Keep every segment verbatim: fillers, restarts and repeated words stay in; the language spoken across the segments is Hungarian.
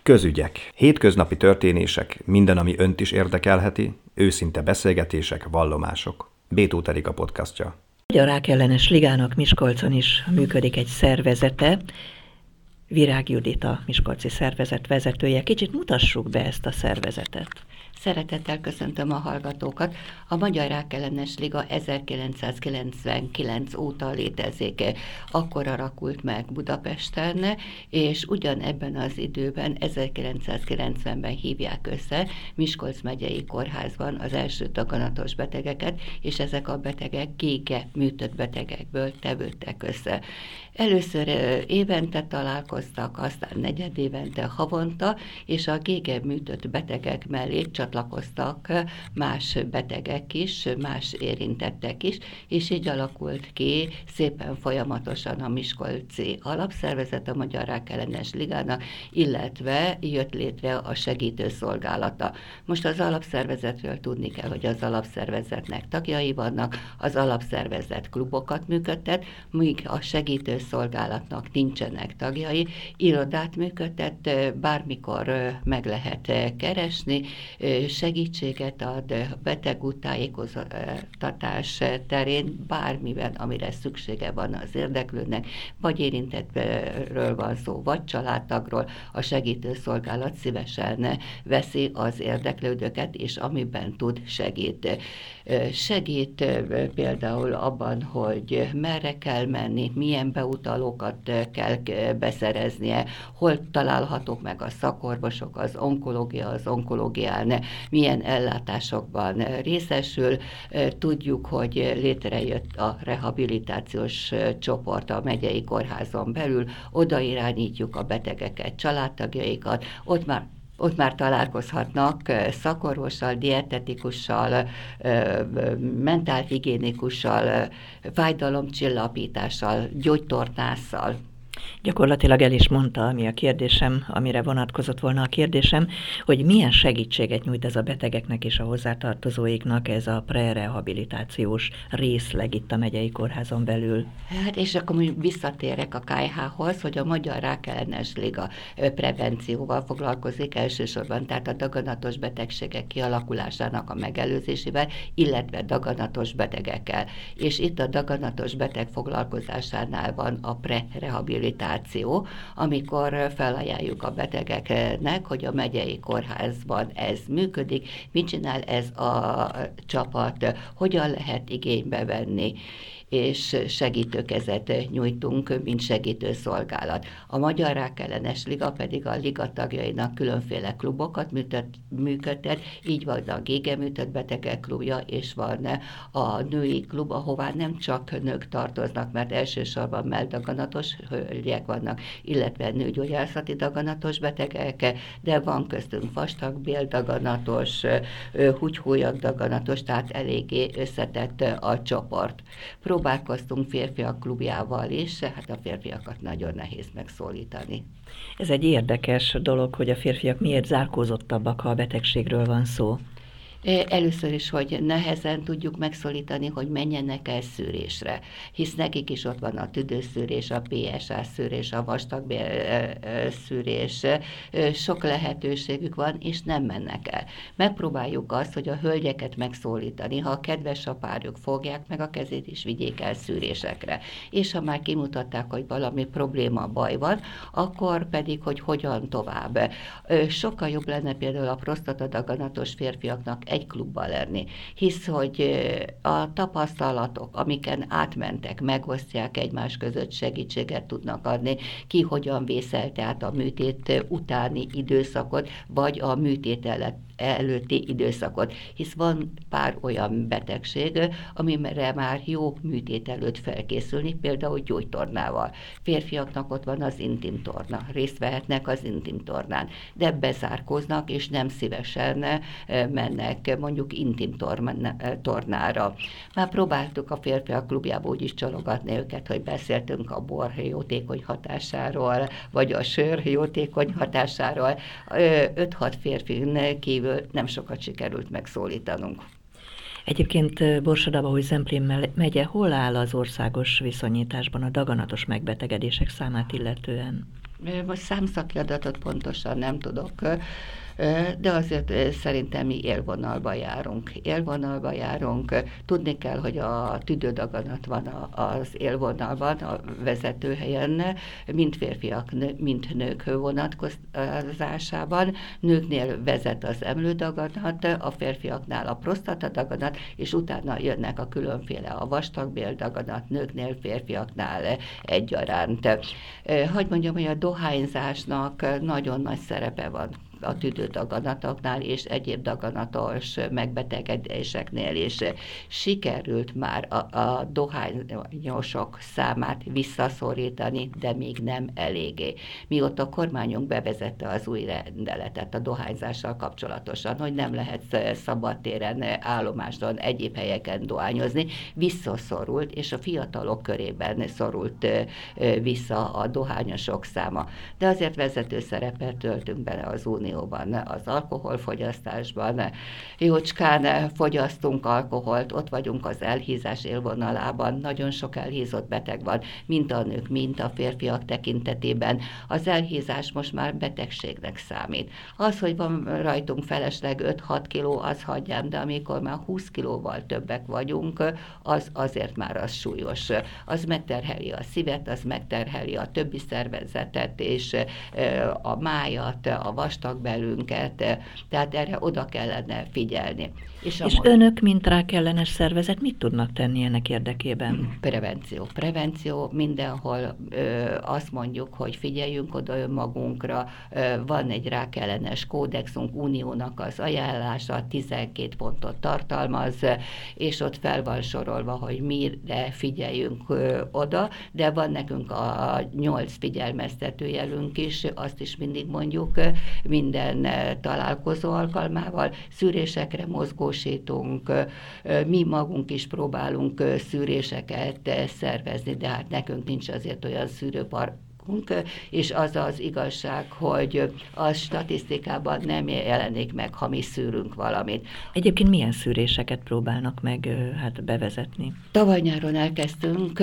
Közügyek. Hétköznapi történések, minden, ami önt is érdekelheti, őszinte beszélgetések, vallomások. bé Tóth Erika podcastja. A Magyar Rákellenes Ligának Miskolcon is működik egy szervezete. Virág Judit a miskolci szervezet vezetője. Kicsit mutassuk be ezt a szervezetet. Szeretettel köszöntöm a hallgatókat. A Magyar Rákellenes Liga ezerkilencszázkilencvenkilenc óta létezik. Akkor alakult meg Budapesten, és ugyanebben az időben, ezerkilencszázkilencvenben hívják össze Miskolc megyei kórházban az első daganatos betegeket, és ezek a betegek gége műtött betegekből tevődtek össze. Először évente találkoztak, aztán negyed évente, havonta, és a gége műtött betegek mellé csatlakoztak más betegek is, más érintettek is, és így alakult ki szépen folyamatosan a miskolci alapszervezet a Magyar Rákellenes Ligának, illetve jött létre a segítőszolgálata. Most az alapszervezetről tudni kell, hogy az alapszervezetnek tagjai vannak, az alapszervezet klubokat működtet, míg a segítőszolgálatnak nincsenek tagjai, irodát működtet, bármikor meg lehet keresni, segítséget ad betegúttájékoztatás terén, bármiben, amire szüksége van az érdeklődnek, vagy érintettről van szó, vagy családtagról, a segítőszolgálat szívesen veszi az érdeklődőket, és amiben tud, segít. Segít például abban, hogy merre kell menni, milyen beutalókat kell beszereznie, hol találhatók meg a szakorvosok, az onkológia, az onkológián milyen ellátásokban részesül. Tudjuk, hogy létrejött a rehabilitációs csoport a megyei kórházon belül, oda irányítjuk a betegeket, családtagjaikat, ott már Ott már találkozhatnak szakorvossal, dietetikussal, mentálhigiénikussal, fájdalomcsillapítással, gyógytornásszal. Gyakorlatilag el is mondta, ami a kérdésem, amire vonatkozott volna a kérdésem, hogy milyen segítséget nyújt ez a betegeknek és a hozzátartozóiknak ez a prerehabilitációs részleg itt a megyei kórházon belül. Hát és akkor mondjuk visszatérek a ká há hoz, hogy a Magyar Rákellenes Liga prevencióval foglalkozik elsősorban, tehát a daganatos betegségek kialakulásának a megelőzésével, illetve daganatos betegekkel. És itt a daganatos beteg foglalkozásánál van a prerehabilitáció, amikor felajánljuk a betegeknek, hogy a megyei kórházban ez működik, mit csinál ez a csapat, hogyan lehet igénybe venni, és segítőkezet nyújtunk, mint segítőszolgálat. A Magyar Rákellenes Liga pedig a liga tagjainak különféle klubokat működtet, így van a gégeműtött betegek klubja, és van a női klub, ahová nem csak nők tartoznak, mert elsősorban melldaganatos hölgyek vannak, illetve nőgyógyászati daganatos betegek, de van köztünk vastagbéldaganatos, húgyhólyak daganatos, tehát eléggé összetett a csoport. Próbálkoztunk férfiak klubjával is, hát a férfiakat nagyon nehéz megszólítani. Ez egy érdekes dolog, hogy a férfiak miért zárkózottabbak, ha a betegségről van szó. Először is, hogy nehezen tudjuk megszólítani, hogy menjenek el szűrésre, hisz nekik is ott van a tüdőszűrés, a pé es á szűrés, a vastagbélszűrés, sok lehetőségük van, és nem mennek el. Megpróbáljuk azt, hogy a hölgyeket megszólítani, ha a kedves a párjuk, fogják meg a kezét, és vigyék el szűrésekre. És ha már kimutatták, hogy valami probléma, baj van, akkor pedig, hogy hogyan tovább. Sokkal jobb lenne például a prostatadaganatos férfiaknak egy klubban lenni, hisz, hogy a tapasztalatok, amiken átmentek, megosztják egymás között, segítséget tudnak adni, ki hogyan vészelte át a műtét utáni időszakot, vagy a műtét előtti időszakot, hisz van pár olyan betegség, amire már jó műtét előtt felkészülni, például gyógytornával. Férfiaknak ott van az intimtorna, részt vehetnek az intimtornán, de bezárkóznak, és nem szívesen mennek mondjuk intimtornára. Már próbáltuk a férfiak klubjába úgy is csalogatni őket, hogy beszéltünk a bor jótékony hatásáról, vagy a sör jótékony hatásáról. öt-hat férfin kívül nem sokat sikerült megszólítanunk. Egyébként Borsod-Abaúj-Zemplén megye hol áll az országos viszonyításban a daganatos megbetegedések számát illetően? Most számszaki adatot pontosan nem tudok, de azért szerintem mi élvonalba járunk. Élvonalba járunk. Tudni kell, hogy a tüdődaganat van az élvonalban, a vezetőhelyen, mind férfiak, mind nők vonatkozásában. Nőknél vezet az emlődaganat, a férfiaknál a prostatadaganat, és utána jönnek a különféle a vastagbéldaganat, nőknél, férfiaknál egyaránt. Hogy mondjam, hogy a dohányzásnak nagyon nagy szerepe van a tüdődaganatoknál és egyéb daganatos megbetegedéseknél is. Sikerült már a, a dohányosok számát visszaszorítani, de még nem eléggé. Mióta a kormányunk bevezette az új rendeletet a dohányzással kapcsolatosan, hogy nem lehet szabadtéren, állomáson, egyéb helyeken dohányozni, visszaszorult, és a fiatalok körében szorult vissza a dohányosok száma. De azért vezető szerepet töltünk bele az Unió az alkoholfogyasztásban. Jócskán fogyasztunk alkoholt, ott vagyunk az elhízás élvonalában, nagyon sok elhízott beteg van, mint a nők, mint a férfiak tekintetében. Az elhízás most már betegségnek számít. Az, hogy van rajtunk felesleg öt-hat kiló, az hagyjám, de amikor már húsz kilóval többek vagyunk, az azért már az súlyos. Az megterheli a szívet, az megterheli a többi szervezetet, és a májat, a vastag belünket, tehát erre oda kellene figyelni. És, és önök, mint rákellenes szervezet, mit tudnak tenni ennek érdekében? Prevenció. Prevenció mindenhol ö, azt mondjuk, hogy figyeljünk oda önmagunkra, ö, van egy rákellenes kódexunk, uniónak az ajánlása, tizenkét pontot tartalmaz, és ott fel van sorolva, hogy mire figyeljünk ö, oda, de van nekünk a nyolc figyelmeztetőjelünk is, azt is mindig mondjuk, minden találkozó alkalmával, szűrésekre mozgósítunk, mi magunk is próbálunk szűréseket szervezni, de hát nekünk nincs azért olyan szűrőpark, és az az igazság, hogy a statisztikában nem jelenik meg, ha mi szűrünk valamit. Egyébként milyen szűréseket próbálnak meg hát bevezetni? Tavaly nyáron elkezdtünk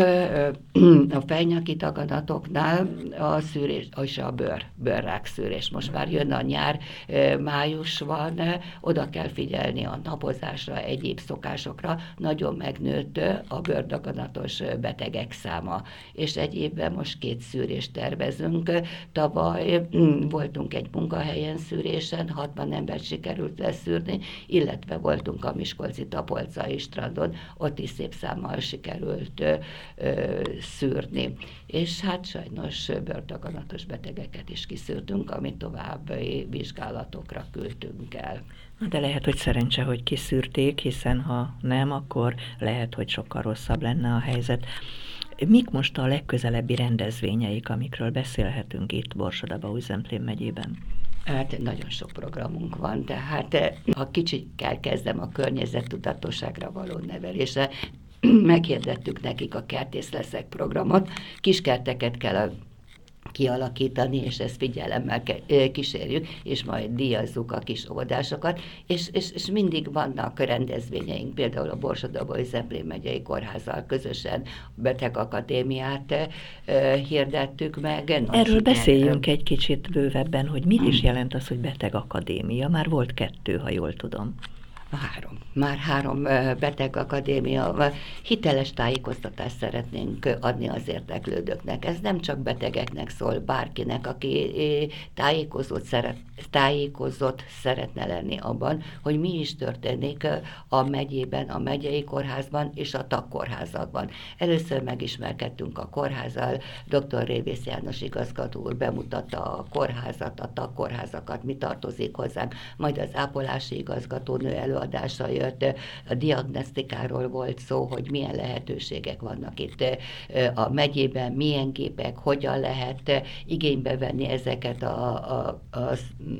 a fejnyaki daganatoknál a szűrés, és a bőr, bőrrák szűrés. Most már jön a nyár, május van, oda kell figyelni a napozásra, egyéb szokásokra. Nagyon megnőtt a bőrdaganatos betegek száma, és egy évben most két szűrés tervezünk. Tavaly voltunk egy munkahelyen szűrésen, hatvan embert sikerült leszűrni, illetve voltunk a miskolci Tapolcai strandon, ott is szép számmal sikerült ö, ö, szűrni. És hát sajnos bőrdaganatos betegeket is kiszűrtünk, amit további vizsgálatokra küldtünk el. De lehet, hogy szerencse, hogy kiszűrték, hiszen ha nem, akkor lehet, hogy sokkal rosszabb lenne a helyzet. Mik most a legközelebbi rendezvényeik, amikről beszélhetünk itt Borsod-Abaúj-Zemplén megyében? Hát nagyon sok programunk van, tehát ha kicsikkel kezdem a környezettudatosságra való nevelésre, meghirdettük nekik a Kertész leszek programot, kiskerteket kell a kialakítani, és ezt figyelemmel kísérjük, és majd díjazzuk a kis óvodásokat, és, és, és mindig vannak rendezvényeink, például a Borsod-Abaúj-Zemplén megyei kórházzal közösen betegakadémiát uh, hirdettük meg. Erről siker... beszéljünk egy kicsit bővebben, hogy mit is jelent az, hogy betegakadémia. Már volt kettő, ha jól tudom. Három. Már három betegakadémia. Hiteles tájékoztatást szeretnénk adni az érdeklődőknek. Ez nem csak betegeknek szól, bárkinek, aki tájékozott, szeret, tájékozott szeretne lenni abban, hogy mi is történik a megyében, a megyei kórházban és a tagkórházakban. Először megismerkedtünk a kórházzal, dr. Révész János igazgató úr bemutatta a kórházat, a tagkórházakat, mi tartozik hozzánk, majd az ápolási igazgatónő előadása jött, a diagnosztikáról volt szó, hogy milyen lehetőségek vannak itt a megyében, milyen gépek, hogyan lehet igénybe venni ezeket a, a, a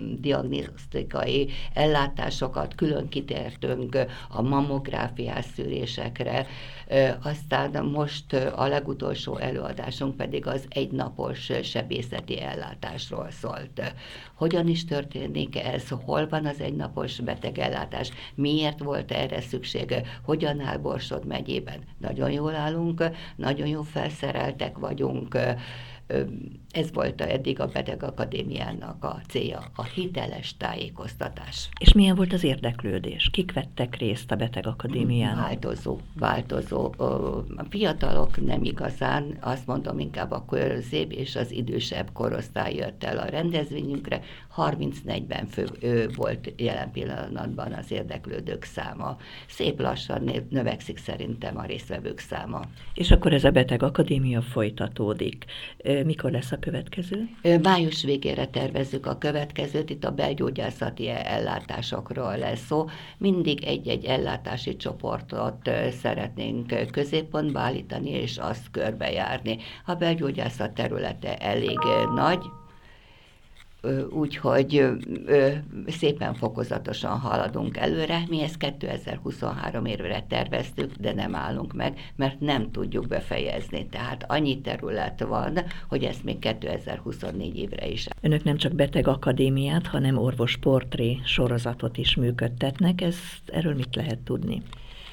diagnosztikai ellátásokat, külön kitértünk a mammográfiás szűrésekre, aztán most a legutolsó előadásunk pedig az egynapos sebészeti ellátásról szólt. Hogyan is történik ez, hol van az egynapos betegellátás, miért volt erre szüksége, hogyan áll Borsod megyében. Nagyon jól állunk, nagyon jó felszereltek vagyunk, Ez volt eddig a Betegakadémiának a célja, a hiteles tájékoztatás. És milyen volt az érdeklődés? Kik vettek részt a Betegakadémián? Változó, változó. A fiatalok nem igazán, azt mondom, inkább a közép és az idősebb korosztály jött el a rendezvényünkre. harminc-negyven fő volt jelen pillanatban az érdeklődők száma. Szép lassan növekszik szerintem a résztvevők száma. És akkor ez a Betegakadémia folytatódik. Mikor lesz a következő? Május végére tervezzük a következőt, itt a belgyógyászati ellátásokról lesz szó. Mindig egy-egy ellátási csoportot szeretnénk középpontba állítani, és azt körbejárni. A belgyógyászat területe elég nagy, úgyhogy szépen fokozatosan haladunk előre. Mi ezt kétezer-huszonhárom évre terveztük, de nem állunk meg, mert nem tudjuk befejezni. Tehát annyi terület van, hogy ezt még kétezer-huszonnégy évre is. Önök nem csak Betegakadémiát, hanem orvosportré sorozatot is működtetnek. Ezt, erről mit lehet tudni?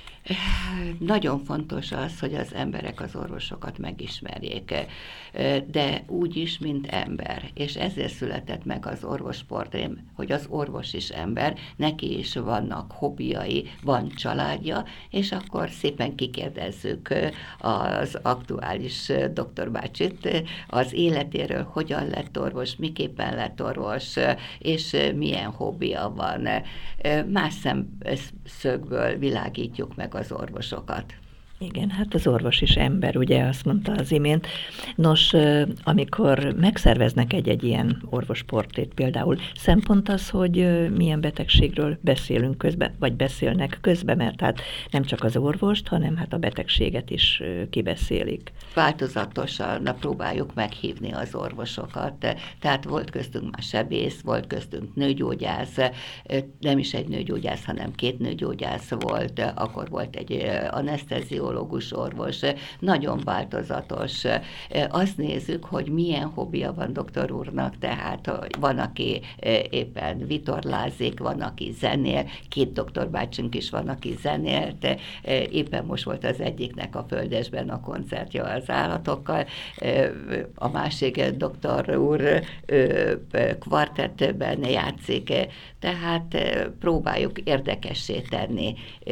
Nagyon fontos az, hogy az emberek az orvosokat megismerjék, de úgy is, mint ember. És ezért született meg az orvosportrém, hogy az orvos is ember, neki is vannak hobbiai, van családja, és akkor szépen kikérdezzük az aktuális doktorbácsit az életéről, hogyan lett orvos, miképpen lett orvos, és milyen hobbija van. Más szemszögből világítjuk meg az orvosokat. Igen, hát az orvos is ember, ugye, azt mondta az imént. Nos, amikor megszerveznek egy-egy ilyen orvosportrét például, szempont az, hogy milyen betegségről beszélünk közben, vagy beszélnek közben, mert hát nem csak az orvost, hanem hát a betegséget is kibeszélik. Változatosan próbáljuk meghívni az orvosokat. Tehát volt köztünk már sebész, volt köztünk nőgyógyász, nem is egy nőgyógyász, hanem két nőgyógyász volt, akkor volt egy anesztezió, orvos, nagyon változatos. Azt nézzük, hogy milyen hobbija van doktor úrnak, tehát van, aki éppen vitorlázik, van, aki zenél, két doktorbácsink is van, aki zenélt, éppen most volt az egyiknek a Földesben a koncertja az állatokkal, a másik doktor úr kvartettben játszik, tehát próbáljuk érdekessé tenni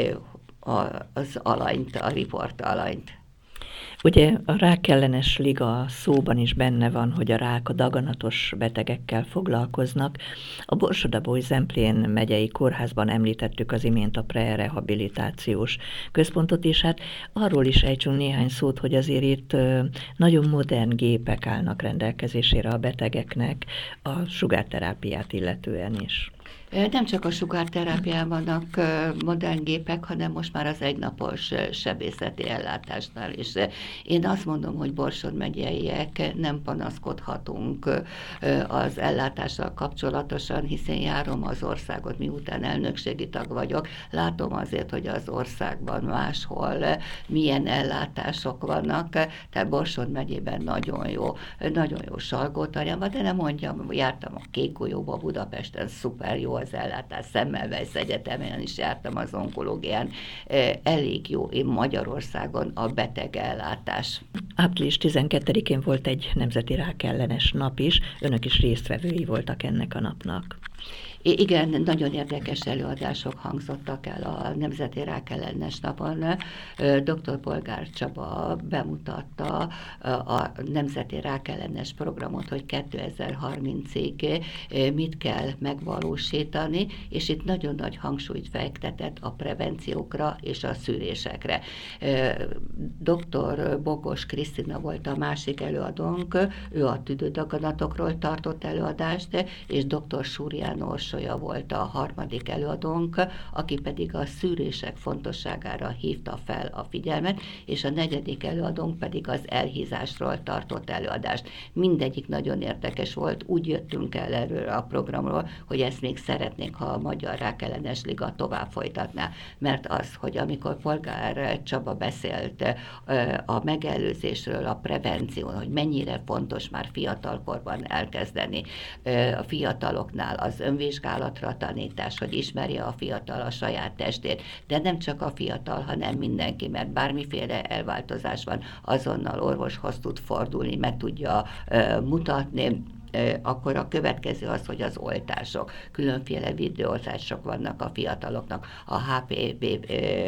az alanyt, a riport alanyt. Ugye a rákellenes liga szóban is benne van, hogy a rák, a daganatos betegekkel foglalkoznak. A Borsod-Abaúj-Zemplén megyei kórházban említettük az imént a prerehabilitációs központot, és hát arról is ejtsünk néhány szót, hogy azért itt nagyon modern gépek állnak rendelkezésére a betegeknek, a sugárterápiát illetően is. Nem csak a sugárterápiában vannak modern gépek, hanem most már az egynapos sebészeti ellátásnál is. Én azt mondom, hogy Borsod megyeiek nem panaszkodhatunk az ellátással kapcsolatosan, hiszen járom az országot, miután elnökségi tag vagyok, látom azért, hogy az országban máshol milyen ellátások vannak, tehát Borsod megyében nagyon jó, nagyon jó Salgótarján van, de nem mondjam, jártam a Kékgolyóba, Budapesten, szuper jó az ellátás, Semmelweis Egyetemen is jártam az onkológián, elég jó én Magyarországon a betegellátás. április tizenkettedikén volt egy nemzeti rákellenes nap is, önök is résztvevői voltak ennek a napnak. Igen, nagyon érdekes előadások hangzottak el a Nemzeti Rákellenes napon. doktor Polgár Csaba bemutatta a Nemzeti Rákellenes programot, hogy kétezer-harmincig mit kell megvalósítani, és itt nagyon nagy hangsúlyt fektetett a prevenciókra és a szűrésekre. doktor Bogos Krisztina volt a másik előadónk, ő a tüdődaganatokról tartott előadást, és doktor Súrján Orsolya volt a harmadik előadónk, aki pedig a szűrések fontosságára hívta fel a figyelmet, és a negyedik előadónk pedig az elhízásról tartott előadást. Mindegyik nagyon érdekes volt, úgy jöttünk el erről a programról, hogy ezt még szeretnénk, ha a Magyar Rákellenes Liga tovább folytatná, mert az, hogy amikor Polgár Csaba beszélt a megelőzésről, a prevención, hogy mennyire fontos már fiatalkorban elkezdeni a fiataloknál az az önvizsgálatra tanítás, hogy ismerje a fiatal a saját testét, de nem csak a fiatal, hanem mindenki, mert bármiféle elváltozás van, azonnal orvoshoz tud fordulni, meg tudja uh, mutatni. Akkor a következő az, hogy az oltások. Különféle védőoltások vannak a fiataloknak, a há pé vé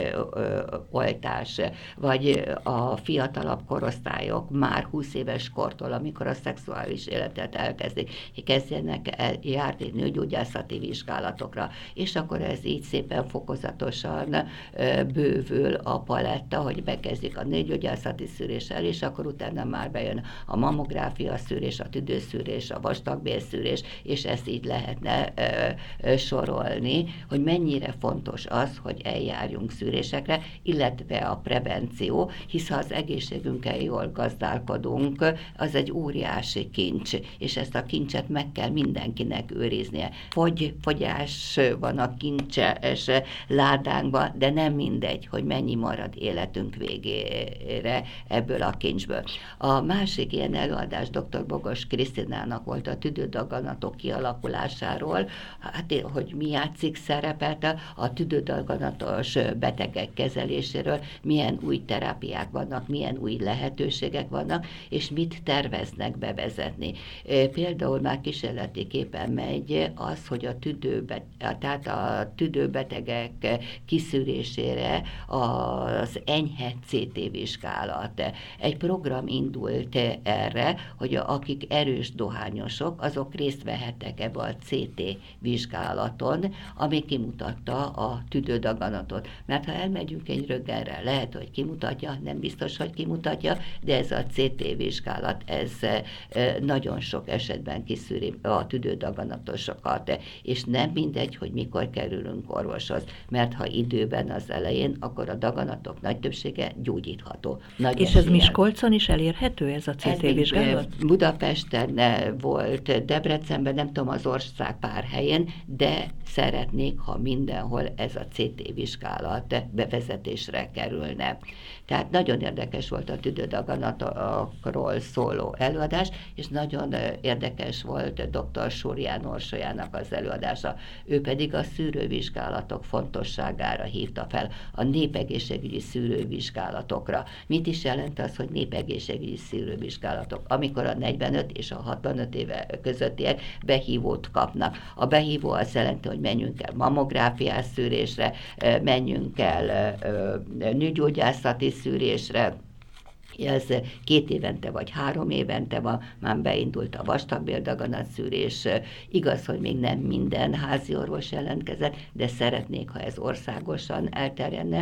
oltás, vagy a fiatalabb korosztályok már húsz éves kortól, amikor a szexuális életet elkezdik, kezdjenek el járni nőgyógyászati vizsgálatokra, és akkor ez így szépen fokozatosan bővül a paletta, hogy bekezdik a nőgyógyászati szűréssel, és akkor utána már bejön a mammográfia szűrés, a tüdőszűrés, a vastagbélszűrés, és ezt így lehetne ö, ö, sorolni, hogy mennyire fontos az, hogy eljárjunk szűrésekre, illetve a prevenció, hisz ha az egészségünkkel jól gazdálkodunk, az egy óriási kincs, és ezt a kincset meg kell mindenkinek őriznie. Fogy, fogyás van a kincses ládánkban, de nem mindegy, hogy mennyi marad életünk végére ebből a kincsből. A másik ilyen előadás dr. Bogos Krisztinának volt a tüdődaganatok kialakulásáról, hát hogy mi játszik szerepet a tüdődaganatos betegek kezeléséről, milyen új terápiák vannak, milyen új lehetőségek vannak, és mit terveznek bevezetni. Például már kísérleti képen megy az, hogy a tüdőbe, tehát a tüdőbetegek kiszűrésére az enyhe cé té vizsgálat. Egy program indult erre, hogy akik erős dohányosok, azok részt vehettek ebbe a cé té vizsgálaton, ami kimutatta a tüdődaganatot. Mert ha elmegyünk egy röntgenre, lehet, hogy kimutatja, nem biztos, hogy kimutatja, de ez a cé té vizsgálat, ez nagyon sok esetben kiszűri a tüdődaganatosokat, és nem mindegy, hogy mikor kerülünk orvoshoz, mert ha időben az elején, akkor a daganatok nagy többsége gyógyítható. Nagy és ez Miskolcon is elérhető, ez a cé té vizsgálat? Budapesten volt, Debrecenben, nem tudom az ország pár helyén, de szeretnék, ha mindenhol ez a cé té vizsgálat bevezetésre kerülne. Tehát nagyon érdekes volt a tüdődaganatokról szóló előadás, és nagyon érdekes volt dr. Súrján Orsolyának az előadása. Ő pedig a szűrővizsgálatok fontosságára hívta fel, a népegészségügyi szűrővizsgálatokra. Mit is jelent az, hogy népegészségügyi szűrővizsgálatok? Amikor a negyvenöt és a hatvanöt éve közöttiek behívót kapnak. A behívó azt jelenti, hogy menjünk el mammográfiás szűrésre, menjünk el nőgyógyászati szűrésre, ez két évente vagy három évente van, már beindult a vastagbéldaganatszűrés. Igaz, hogy még nem minden házi orvos jelentkezett, de szeretnék, ha ez országosan elterjedne,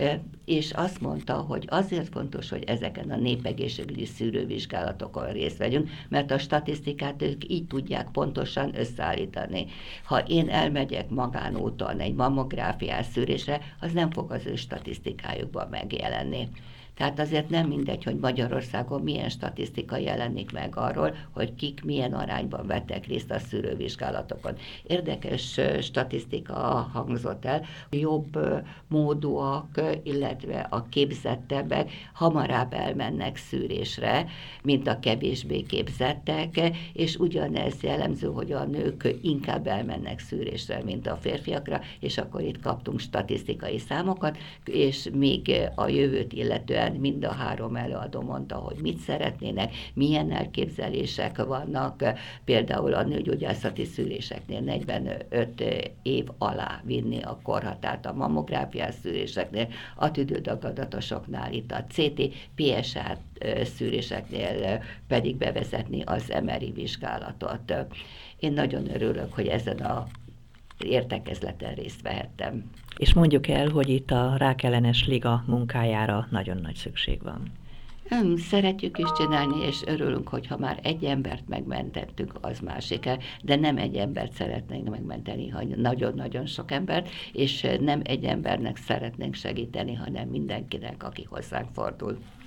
és azt mondta, hogy azért fontos, hogy ezeken a népegészségügyi szűrővizsgálatokon részt vegyünk, mert a statisztikát ők így tudják pontosan összeállítani. Ha én elmegyek magánúton egy mammográfiás szűrésre, az nem fog az ő statisztikájukban megjelenni. Tehát azért nem mindegy, hogy Magyarországon milyen statisztika jelenik meg arról, hogy kik milyen arányban vettek részt a szűrővizsgálatokon. Érdekes statisztika hangzott el, jobb módúak, illetve a képzettebbek hamarabb elmennek szűrésre, mint a kevésbé képzettek, és ugyanez jellemző, hogy a nők inkább elmennek szűrésre, mint a férfiakra, és akkor itt kaptunk statisztikai számokat, és még a jövőt illetően mind a három előadó mondta, hogy mit szeretnének, milyen elképzelések vannak, például a nőgyógyászati szűréseknél negyvenöt év alá vinni a korhatárt, a mammográfiás szűréseknél, a tüdődaganatosoknál itt a cé té, pé es á szűréseknél pedig bevezetni az em er i vizsgálatot. Én nagyon örülök, hogy ezen a értekezleten részt vehettem. És mondjuk el, hogy itt a Rákellenes Liga munkájára nagyon nagy szükség van. Nem, szeretjük is csinálni, és örülünk, hogyha már egy embert megmentettük, az másik el, de nem egy embert szeretnénk megmenteni, hanem nagyon-nagyon sok embert, és nem egy embernek szeretnénk segíteni, hanem mindenkinek, aki hozzánk fordul.